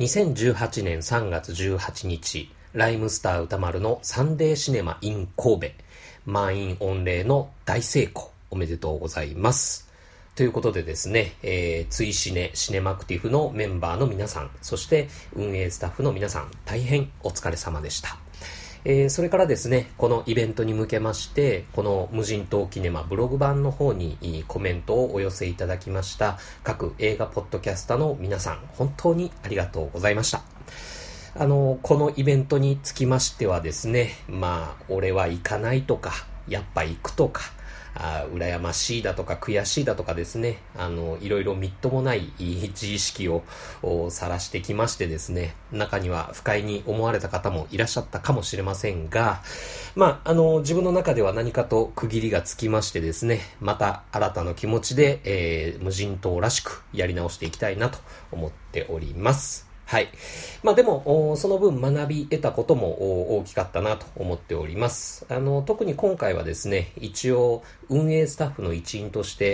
2018年3月18日、ライムスター歌丸のサンデーシネマ in 神戸、満員御礼の大成功、おめでとうございます。ということでですね、ツイシネ、シネマクティフのメンバーの皆さん、そして運営スタッフの皆さん、大変お疲れ様でした。それからですね、このイベントに向けまして、この無人島キネマブログ版の方にコメントをお寄せいただきました各映画ポッドキャスターの皆さん、本当にありがとうございました。このイベントにつきましてはですね、俺は行かないとか、やっぱ行くとか、羨ましいだとか悔しいだとかですね、いろいろみっともない自意識を晒してきましてですね、中には不快に思われた方もいらっしゃったかもしれませんが、自分の中では何かと区切りがつきましてですね、また新たな気持ちで、無人島らしくやり直していきたいなと思っております。はい。でも、その分学び得たことも大きかったなと思っております。特に今回はですね、一応運営スタッフの一員として、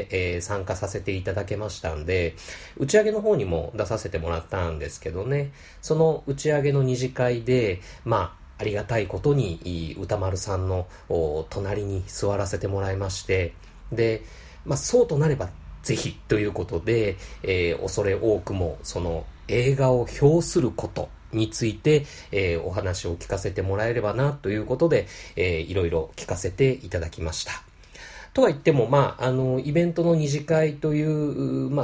参加させていただけましたんで、打ち上げの方にも出させてもらったんですけどね、その打ち上げの二次会で、ありがたいことに歌丸さんの隣に座らせてもらいまして、で、そうとなればぜひということで、恐れ多くもその映画を評することについて、お話を聞かせてもらえればなということで、いろいろ聞かせていただきました。とは言っても、イベントの二次会という、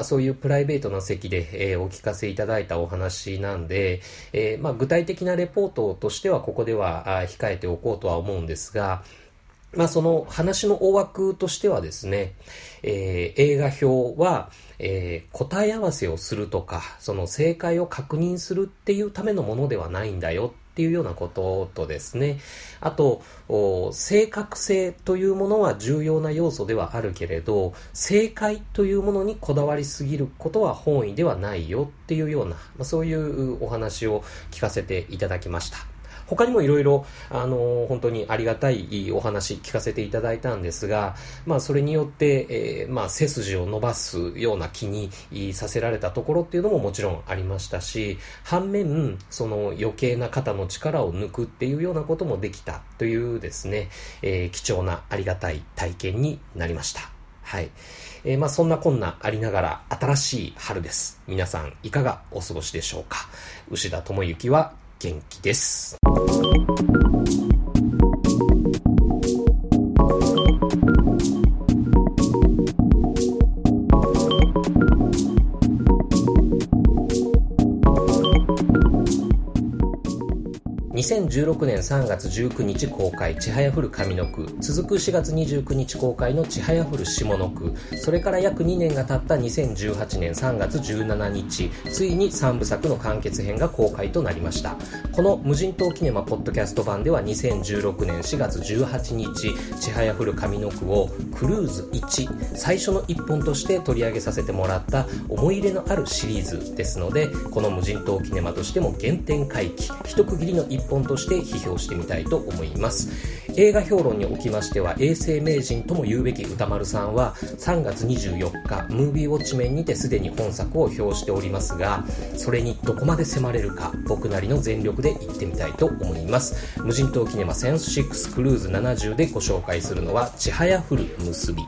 そういうプライベートな席で、お聞かせいただいたお話なんで、具体的なレポートとしてはここでは控えておこうとは思うんですが、その話の大枠としてはですね、映画表は、答え合わせをするとか、その正解を確認するっていうためのものではないんだよっていうようなこととですね、あと、正確性というものは重要な要素ではあるけれど、正解というものにこだわりすぎることは本意ではないよっていうような、そういうお話を聞かせていただきました。他にもいろいろ、本当にありがたいお話聞かせていただいたんですが、それによって、背筋を伸ばすような気にさせられたところっていうのももちろんありましたし、反面、その余計な肩の力を抜くっていうようなこともできたというですね、貴重なありがたい体験になりました。はい。そんなこんなありながら新しい春です。皆さんいかがお過ごしでしょうか。牛田智之は元気です。2016年3月19日公開、ちはやふる上の句、続く4月29日公開のちはやふる下の句、それから約2年が経った2018年3月17日、ついに3部作の完結編が公開となりました。この無人島キネマポッドキャスト版では2016年4月18日、ちはやふる上の句をクルーズ1、最初の1本として取り上げさせてもらった思い入れのあるシリーズですので、この無人島キネマとしても原点回帰、一区切りの1本として批評してみたいと思います。映画評論におきましては永世名人とも言うべき歌丸さんは3月24日ムービーウォッチメンにてすでに本作を評しておりますが、それにどこまで迫れるか僕なりの全力で言ってみたいと思います。無人島キネマセンス6クルーズ70でご紹介するのはちはやふる結び。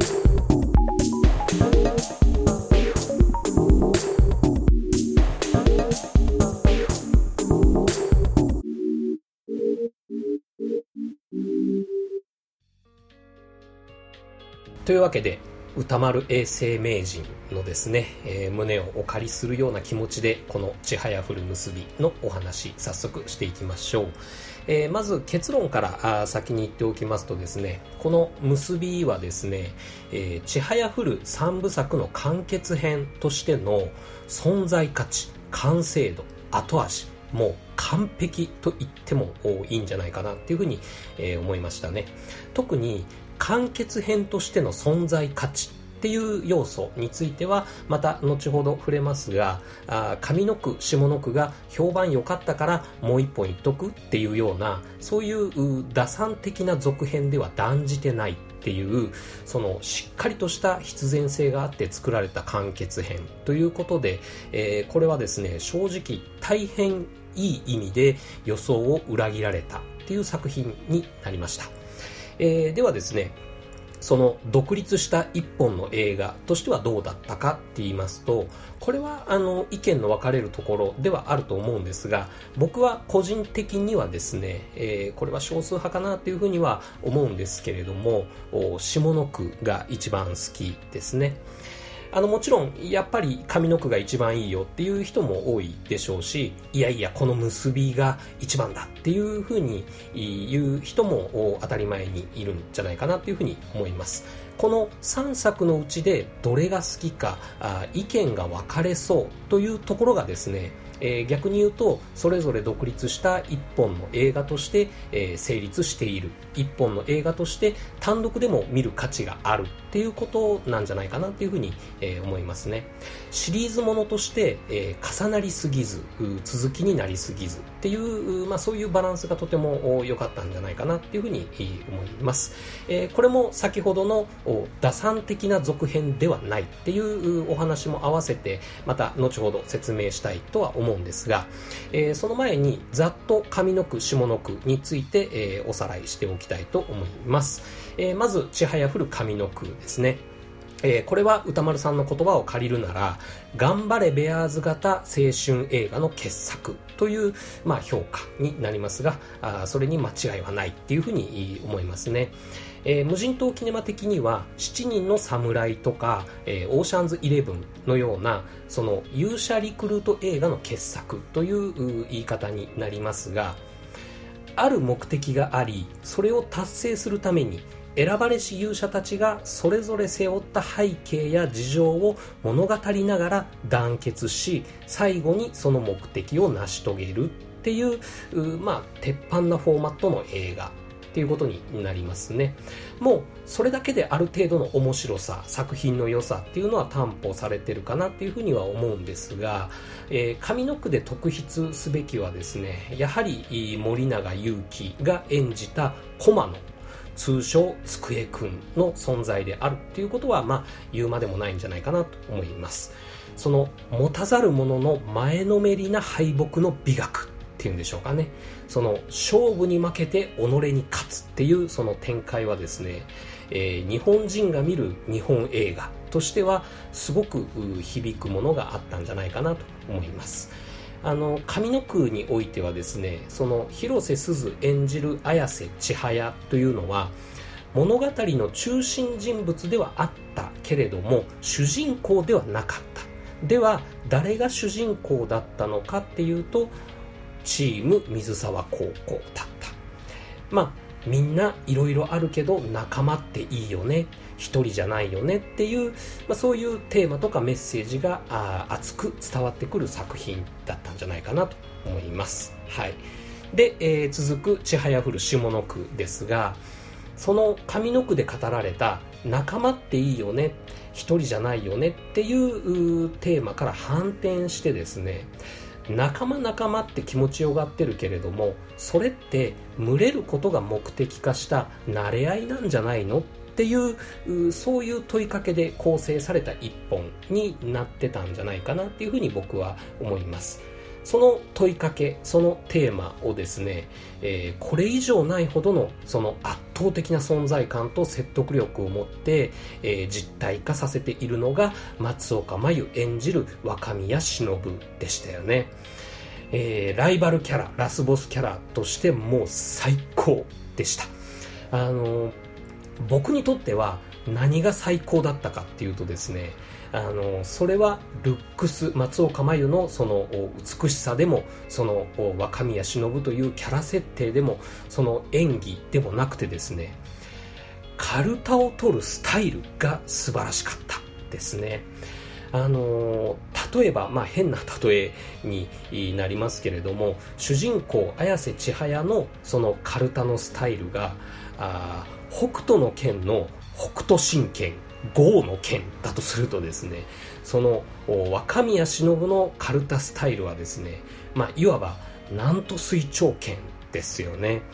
というわけで歌丸永世名人のですね、胸をお借りするような気持ちでこのちはやふる結びのお話早速していきましょう。まず結論から先に言っておきますとですね、この結びはですね、ちはやふる3部作の完結編としての存在価値、完成度、後味、もう完璧と言ってもいいんじゃないかなっていうふうに思いましたね。特に完結編としての存在価値っていう要素についてはまた後ほど触れますが、上の句下の句が評判良かったからもう一本言っとくっていうような、そういう打算的な続編では断じてないっっていうそのしっかりとした必然性があって作られた完結編ということで、これはですね正直大変いい意味で予想を裏切られたっていう作品になりました。ではですねその独立した一本の映画としてはどうだったかって言いますと、これは意見の分かれるところではあると思うんですが、僕は個人的にはですね、これは少数派かなというふうには思うんですけれども、下の句が一番好きですね。もちろんやっぱり上の句が一番いいよっていう人も多いでしょうし、いやいやこの結びが一番だっていうふうに言う人も当たり前にいるんじゃないかなっていうふうに思います。この3作のうちでどれが好きか意見が分かれそうというところがですね、逆に言うとそれぞれ独立した一本の映画として、成立している一本の映画として単独でも見る価値があるっていうことなんじゃないかなっていうふうに、思いますね。シリーズものとして、重なりすぎず続きになりすぎずっていう、そういうバランスがとても良かったんじゃないかなっていうふうに思います。これも先ほどの打算的な続編ではないっていうお話も合わせてまた後ほど説明したいとは思うんですが、その前にざっと上の句下の句について、おさらいしておきたいと思います。まずちはやふる上の句ですね。これは歌丸さんの言葉を借りるなら頑張れベアーズ型青春映画の傑作という、評価になりますが、それに間違いはないっていうふうに思いますね。無人島キネマ的には7人の侍とか、オーシャンズ11のようなその勇者リクルート映画の傑作という言い方になりますが、ある目的がありそれを達成するために選ばれし勇者たちがそれぞれ背負った背景や事情を物語りながら団結し最後にその目的を成し遂げるっていう、鉄板なフォーマットの映画っていうことになりますね。もうそれだけである程度の面白さ作品の良さっていうのは担保されてるかなっていうふうには思うんですが、上の句で特筆すべきはですねやはり森永悠希が演じた駒野通称つくえくんの存在であるっていうことは言うまでもないんじゃないかなと思います。その持たざる者の前のめりな敗北の美学っていうんでしょうかね。その勝負に負けて己に勝つっていうその展開はですね、日本人が見る日本映画としてはすごく響くものがあったんじゃないかなと思います。上の句においてはですねその広瀬すず演じる綾瀬千早というのは物語の中心人物ではあったけれども主人公ではなかった。では誰が主人公だったのかっていうとチーム水沢高校だった。みんないろいろあるけど仲間っていいよね一人じゃないよねっていう、そういうテーマとかメッセージが熱く伝わってくる作品だったんじゃないかなと思います。はい。で、続くちはやふる下の句ですが、その上の句で語られた仲間っていいよね一人じゃないよねっていうテーマから反転してですね仲間って気持ちよがってるけれどもそれって群れることが目的化した慣れ合いなんじゃないのっていうそういう問いかけで構成された一本になってたんじゃないかなっていうふうに僕は思います。その問いかけそのテーマをですね、これ以上ないほどのその圧倒的な存在感と説得力を持って、実体化させているのが松岡茉優演じる若宮忍でしたよね。ライバルキャララスボスキャラとしてもう最高でした。僕にとっては何が最高だったかっていうとですねそれはルックス松岡茉優のその美しさでもその若宮忍というキャラ設定でもその演技でもなくてですねカルタを取るスタイルが素晴らしかったですね。例えば、変な例えになりますけれども主人公綾瀬千早のそのカルタのスタイルが北斗の拳の北斗神拳豪の剣だとするとですねその若宮忍のカルタスタイルはですねいわば南都水長剣ですよね。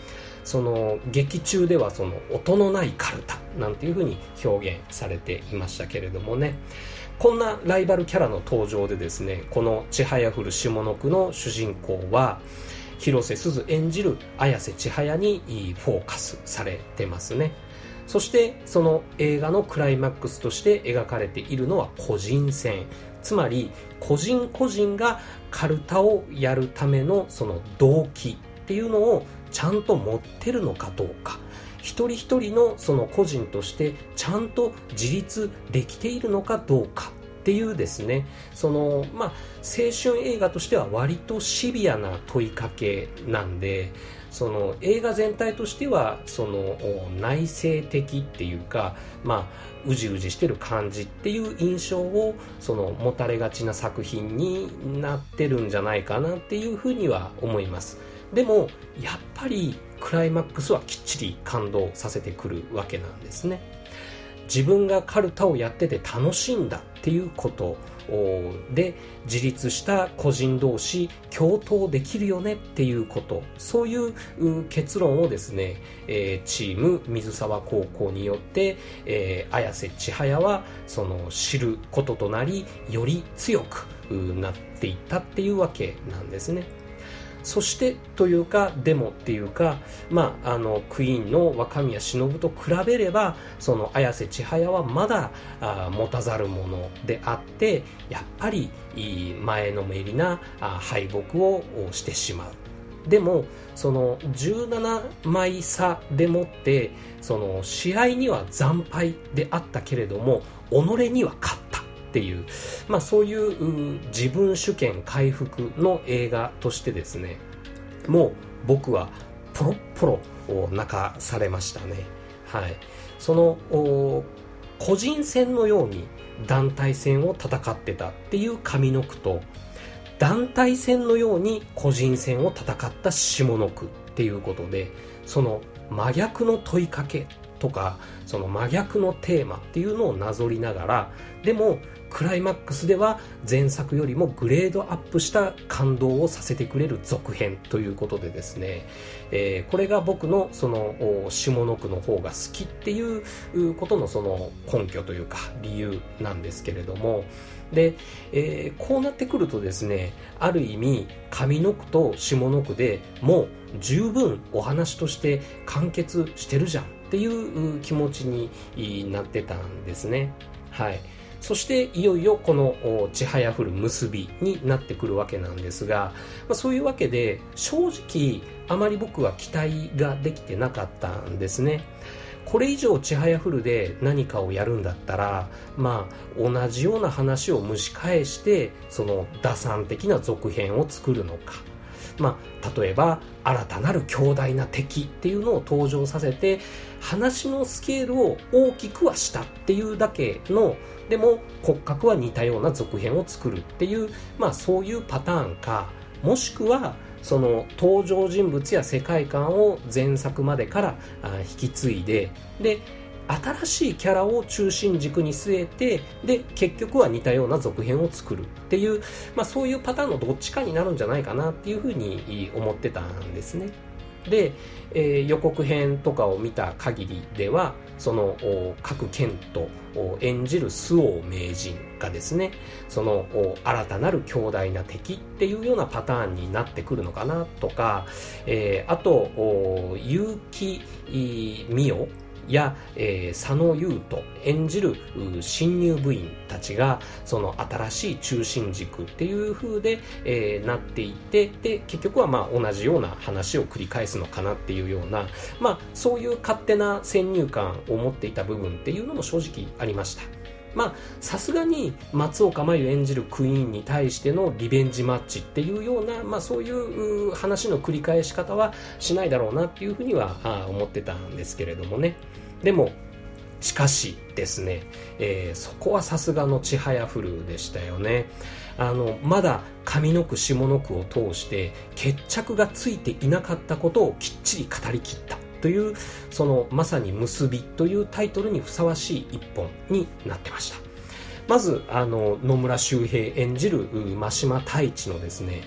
その劇中ではその音のないカルタなんていうふうに表現されていましたけれどもね、こんなライバルキャラの登場でですね、このちはやふる下の句の主人公は広瀬すず演じる綾瀬千早にフォーカスされてますね。そしてその映画のクライマックスとして描かれているのは個人戦、つまり個人個人がカルタをやるためのその動機っていうのをちゃんと持ってるのかどうか、一人一人のその個人としてちゃんと自立できているのかどうかっていうですね、その青春映画としては割とシビアな問いかけなんで、その映画全体としてはその内省的っていうか、うじうじしてる感じっていう印象をその持たれがちな作品になってるんじゃないかなっていうふうには思います。でもやっぱりクライマックスはきっちり感動させてくるわけなんですね。自分がカルタをやってて楽しいんだっていうことで、自立した個人同士共闘できるよねっていうこと、そういう結論をですね、チーム水沢高校によって綾瀬千早はその知ることとなり、より強くなっていったっていうわけなんですね。そしてというか、でもっていうか、クイーンの若宮忍と比べれば、その綾瀬千早はまだ持たざるものであって、やっぱり前のめりな敗北をしてしまう。でもその17枚差でもってその試合には惨敗であったけれども己には勝ったっていう、そういう自分主権回復の映画としてですね、もう僕はポロッポロ泣かされましたね。はい、その個人戦のように団体戦を戦ってたっていう上の句と、団体戦のように個人戦を戦った下の句っていうことで、その真逆の問いかけとかその真逆のテーマっていうのをなぞりながら、でもクライマックスでは前作よりもグレードアップした感動をさせてくれる続編ということでですね、これが僕のその下の句の方が好きっていうことのその根拠というか理由なんですけれども、で、こうなってくるとですね、ある意味上の句と下の句でもう十分お話として完結してるじゃんっていう気持ちになってたんですね。はい。そしていよいよこのちはやふる結びになってくるわけなんですが、そういうわけで正直あまり僕は期待ができてなかったんですね。これ以上ちはやふるで何かをやるんだったら、同じような話を蒸し返してその打算的な続編を作るのか、例えば新たなる強大な敵っていうのを登場させて話のスケールを大きくはしたっていうだけの、でも骨格は似たような続編を作るっていう、そういうパターンか、もしくはその登場人物や世界観を前作までから引き継いで、新しいキャラを中心軸に据えて、で結局は似たような続編を作るっていう、そういうパターンのどっちかになるんじゃないかなっていうふうに思ってたんですね。で、予告編とかを見た限りでは、その賀来賢人演じる周防名人がですね、その新たなる強大な敵っていうようなパターンになってくるのかなとか、あと結城美代や、佐野優斗演じる新入部員たちがその新しい中心軸っていう風で、なっていって、で結局は同じような話を繰り返すのかなっていうような、そういう勝手な先入観を持っていた部分っていうのも正直ありました。さすがに松岡茉優演じるクイーンに対してのリベンジマッチっていうような、そういう話の繰り返し方はしないだろうなっていうふうには思ってたんですけれどもね。でもしかしですね、そこはさすがのちはやふるでしたよね。まだ上の句下の句を通して決着がついていなかったことをきっちり語り切ったという、そのまさに結びというタイトルにふさわしい一本になってました。まず野村周平演じる真島太一のですね、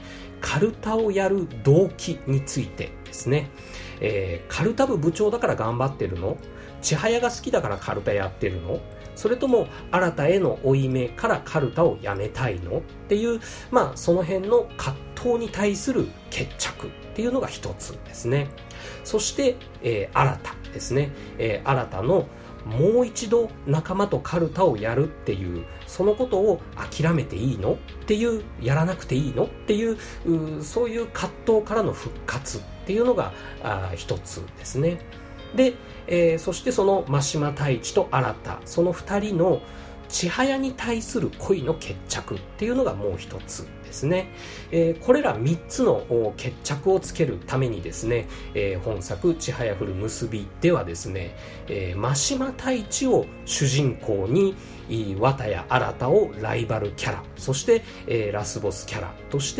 カルタをやる動機についてですね。カルタ部部長だから頑張ってるの？千早が好きだからカルタやってるの？それとも新たへの負い目からカルタをやめたいのっていう、その辺の葛藤に対する決着っていうのが一つですね。そして、新たですね。新たのもう一度仲間とカルタをやるっていう、そのことを諦めていいのっていう、やらなくていいのっていう、そういう葛藤からの復活っていうのが一つですね。で、そしてその真島太一と新た、その二人の千早に対する恋の決着っていうのがもう一つですね。これら3つの決着をつけるためにですね、本作千早フル結びではですね、真島太一を主人公に綿谷新をライバルキャラ、そして、ラスボスキャラとして、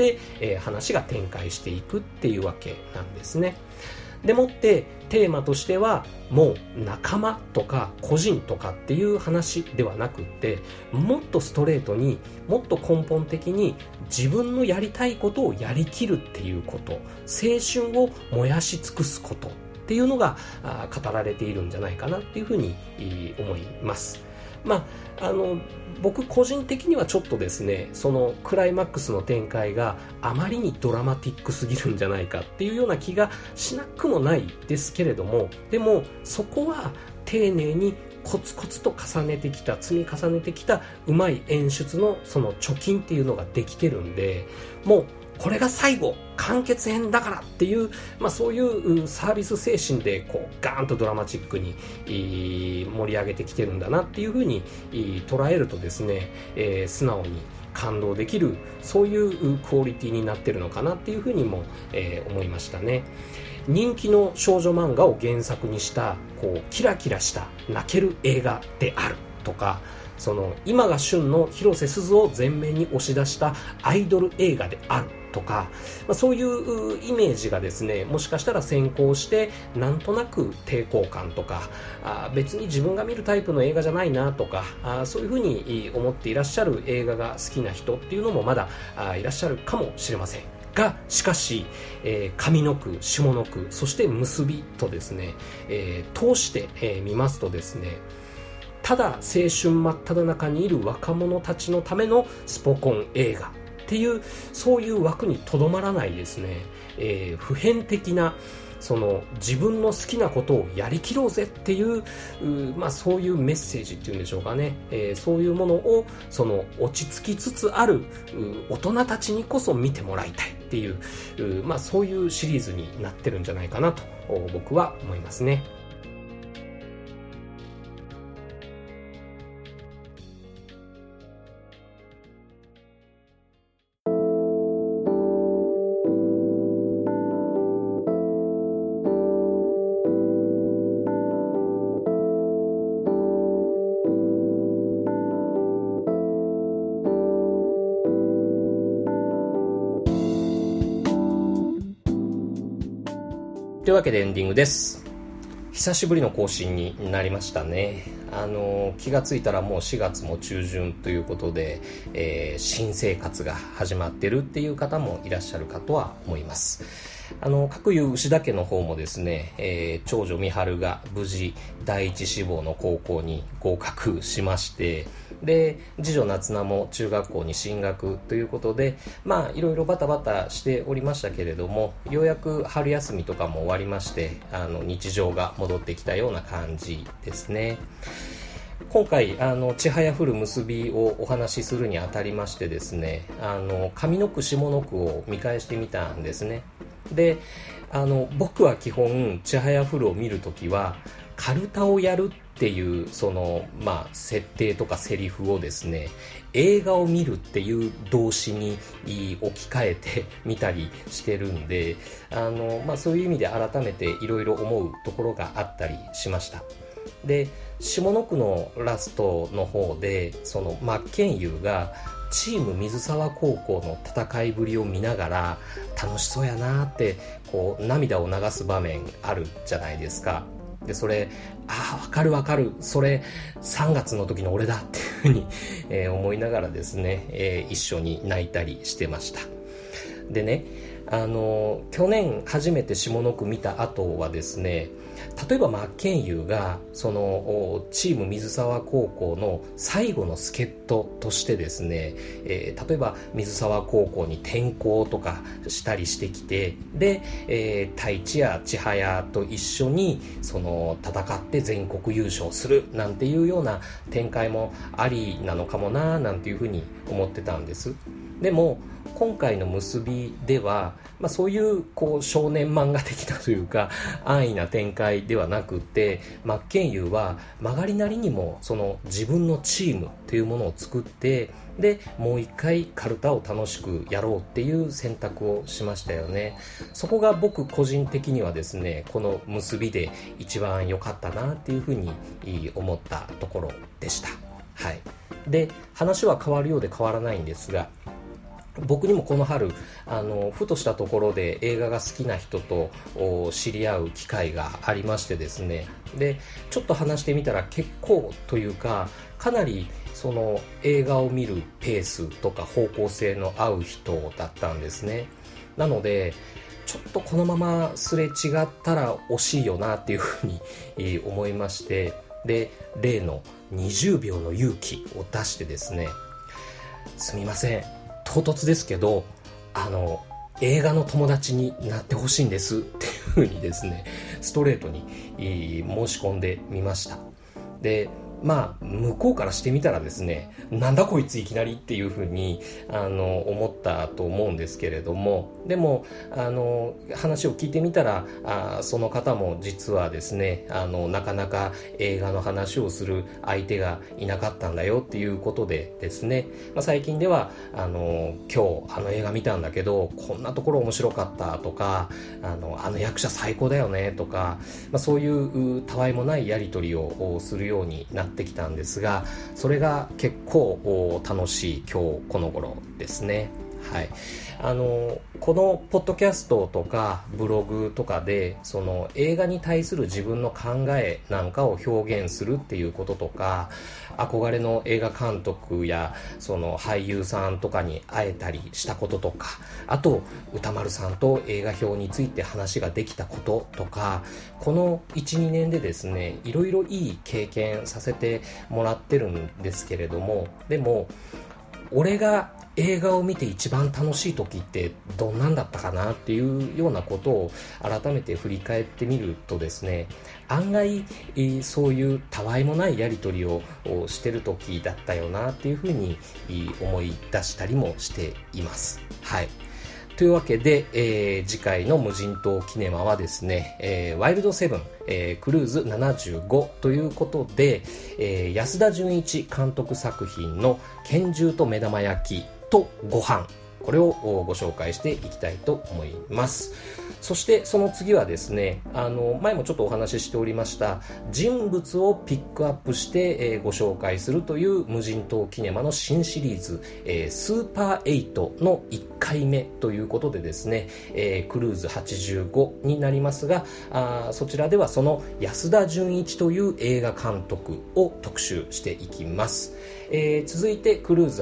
話が展開していくっていうわけなんですね。でもってテーマとしてはもう仲間とか個人とかっていう話ではなくって、もっとストレートに、もっと根本的に自分のやりたいことをやりきるっていうこと、青春を燃やし尽くすことっていうのが語られているんじゃないかなっていうふうに思います。僕個人的にはちょっとですね、そのクライマックスの展開があまりにドラマティックすぎるんじゃないかっていうような気がしなくもないですけれども、でもそこは丁寧にコツコツと積み重ねてきたうまい演出のその貯金っていうのができてるんで、もうこれが最後完結編だからっていう、そういうサービス精神でこうガーンとドラマチックに盛り上げてきてるんだなっていうふうに捉えるとですね、素直に感動できる、そういうクオリティになってるのかなっていうふうにも思いましたね。人気の少女漫画を原作にしたこうキラキラした泣ける映画であるとか、その今が旬の広瀬すずを前面に押し出したアイドル映画であるとか、そういうイメージがですね、もしかしたら先行してなんとなく抵抗感とか、別に自分が見るタイプの映画じゃないなとか、そういうふうに思っていらっしゃる映画が好きな人っていうのもまだいらっしゃるかもしれませんが、しかし、上の句下の句そして結びとですね、通して見ますとですね、ただ青春真っ只中にいる若者たちのためのスポコン映画っていう、そういう枠にとどまらないですね、普遍的なその自分の好きなことをやりきろうぜっていう、そういうメッセージっていうんでしょうかね、そういうものをその落ち着きつつある大人たちにこそ見てもらいたいっていう、そういうシリーズになってるんじゃないかなと僕は思いますね。というわけでエンディングです。久しぶりの更新になりましたね。気がついたらもう4月も中旬ということで、新生活が始まってるっていう方もいらっしゃるかとは思います。各有牛田家の方もですね、長女美春が無事第一志望の高校に合格しまして、で次女夏菜も中学校に進学ということで、いろいろバタバタしておりましたけれども、ようやく春休みとかも終わりまして、日常が戻ってきたような感じですね。今回ちはやふる結びをお話しするにあたりましてですね、上の句下の句を見返してみたんですね。で僕は基本ちはやふるを見るときはカルタをやるっていうその設定とかセリフをですね、映画を見るっていう動詞に置き換えてみたりしてるんで、そういう意味で改めていろいろ思うところがあったりしました。で下の句のラストの方でその真剣佑がチーム水沢高校の戦いぶりを見ながら楽しそうやなってこう涙を流す場面あるじゃないですか。でそれわかるそれ3月の時の俺だっていうふうに、思いながらですね、一緒に泣いたりしてました。 でね、去年初めて下の句見た後はですね、例えば真剣佑がそのチーム水沢高校の最後の助っ人としてですね、例えば水沢高校に転校とかしたりしてきて、で、太一や千早と一緒にその戦って全国優勝するなんていうような展開もありなのかもななんていうふうに思ってたんです。でも今回の結びでは、そういう少年漫画的なというか安易な展開ではなくて、真剣佑は曲がりなりにもその自分のチームというものを作って、でもう一回カルタを楽しくやろうっていう選択をしましたよね。そこが僕個人的にはですね、この結びで一番良かったなっていうふうに思ったところでした。はい。で、話は変わるようで変わらないんですが、僕にもこの春ふとしたところで映画が好きな人と知り合う機会がありましてですね、でちょっと話してみたら結構というか、かなりその映画を見るペースとか方向性の合う人だったんですね。なのでちょっとこのまますれ違ったら惜しいよなっていうふうに思いまして、で例の20秒の勇気を出してですね、すみません、唐突ですけど映画の友達になってほしいんですっていうふうにですね、ストレートに申し込んでみました。で向こうからしてみたらですね、なんだこいついきなりっていうふうに思ったと思うんですけれども、でも話を聞いてみたらその方も実はですねなかなか映画の話をする相手がいなかったんだよっていうことでですね、最近では今日映画見たんだけどこんなところ面白かったとか、役者最高だよねとか、そういうたわいもないやり取りをするようになってきたんですが、それが結構楽しい今日この頃ですね。はい、このポッドキャストとかブログとかでその映画に対する自分の考えなんかを表現するっていうこととか、憧れの映画監督やその俳優さんとかに会えたりしたこととか、あと歌丸さんと映画表について話ができたこととか、この 1,2 年でですねいろいろいい経験させてもらってるんですけれども、でも俺が映画を見て一番楽しい時ってどんなんだったかなっていうようなことを改めて振り返ってみるとですね、案外そういうたわいもないやり取りをしてる時だったよなっていうふうに思い出したりもしています。はい。というわけで、次回の無人島キネマはですね、ワイルドセブン、クルーズ75ということで、安田純一監督作品の拳銃と目玉焼きとご飯、これをご紹介していきたいと思います。そしてその次はですね、前もちょっとお話ししておりました人物をピックアップして、ご紹介するという無人島キネマの新シリーズ、スーパー8の1回目ということでですね、クルーズ85になりますが、そちらではその安田純一という映画監督を特集していきます。続いてクルーズ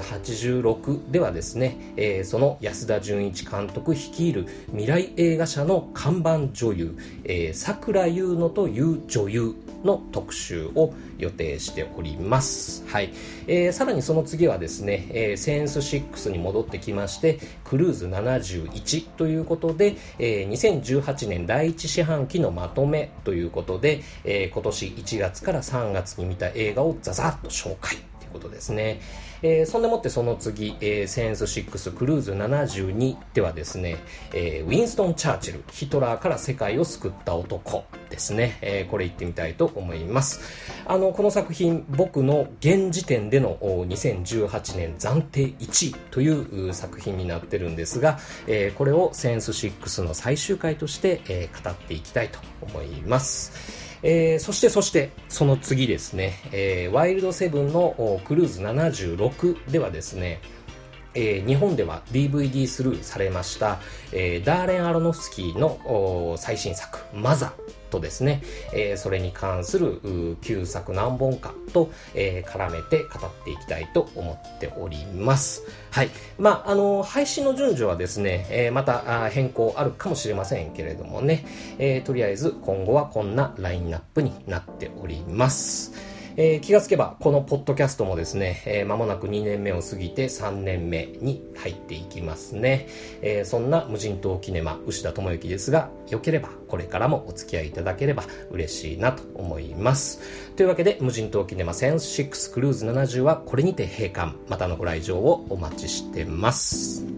86ではですね、その安田純一監督率いる未来映画社の看板女優、桜優乃という女優の特集を予定しております。はい。さらにその次はですね、センス6に戻ってきましてクルーズ71ということで、2018年第1四半期のまとめということで、今年1月から3月に見た映画をザザッと紹介ということですね。そんでもってその次、センス6クルーズ72ではですね、ウィンストン・チャーチル、ヒトラーから世界を救った男ですね、これ言ってみたいと思います。この作品、僕の現時点での2018年暫定1位という作品になってるんですが、これをセンス6の最終回として、語っていきたいと思います。そしてその次ですね、ワイルドセブンのクルーズ76ではですね、 日本では DVD スルーされました、ダーレン・アロノフスキーの最新作マザとですね、それに関する旧作何本かと、絡めて語っていきたいと思っております。はい。配信の順序はですね、また変更あるかもしれませんけれどもね、とりあえず今後はこんなラインナップになっております。気がつけばこのポッドキャストもですね、間もなく2年目を過ぎて3年目に入っていきますね。そんな無人島キネマ牛田智之ですが、よければこれからもお付き合いいただければ嬉しいなと思います。というわけで無人島キネマセンス6クルーズ70はこれにて閉館。またのご来場をお待ちしてます。